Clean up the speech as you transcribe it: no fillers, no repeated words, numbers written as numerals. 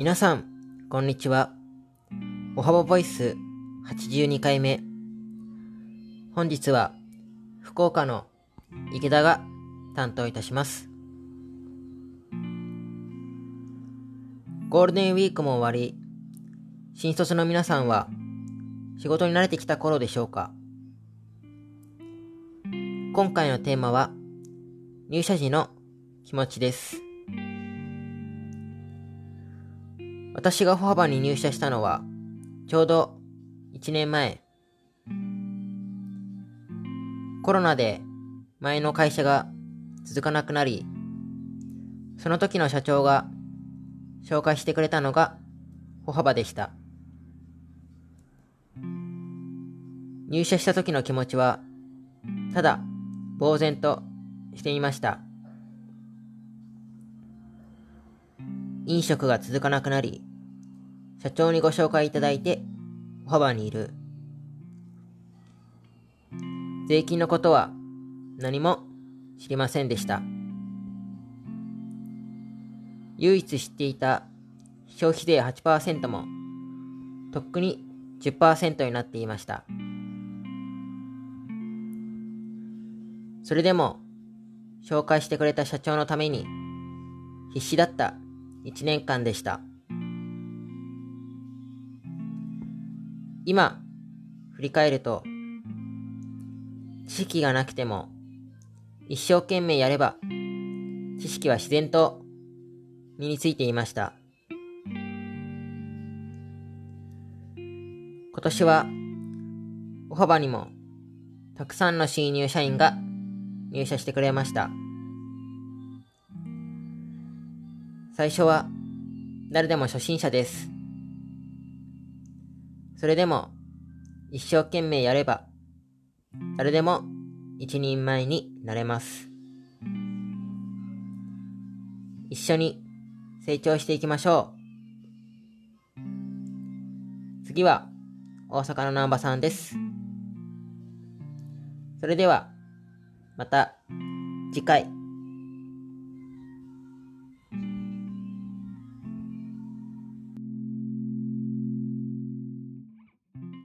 皆さん、こんにちは。おはぼボイス82回目。本日は福岡の池田が担当いたします。ゴールデンウィークも終わり、新卒の皆さんは仕事に慣れてきた頃でしょうか。今回のテーマは入社時の気持ちです。私が歩幅に入社したのはちょうど1年前。コロナで前の会社が続かなくなり、その時の社長が紹介してくれたのが歩幅でした。入社した時の気持ちはただ呆然としていました。飲食が続かなくなり、社長にご紹介いただいて歩幅にいる。税金のことは何も知りませんでした。唯一知っていた消費税 8% もとっくに 10% になっていました。それでも紹介してくれた社長のために必死だった1年間でした。今振り返ると、知識がなくても一生懸命やれば知識は自然と身についていました。今年は歩幅にもたくさんの新入社員が入社してくれました。最初は誰でも初心者です。それでも一生懸命やれば誰でも一人前になれます。一緒に成長していきましょう。次は大阪の南波さんです。それではまた次回。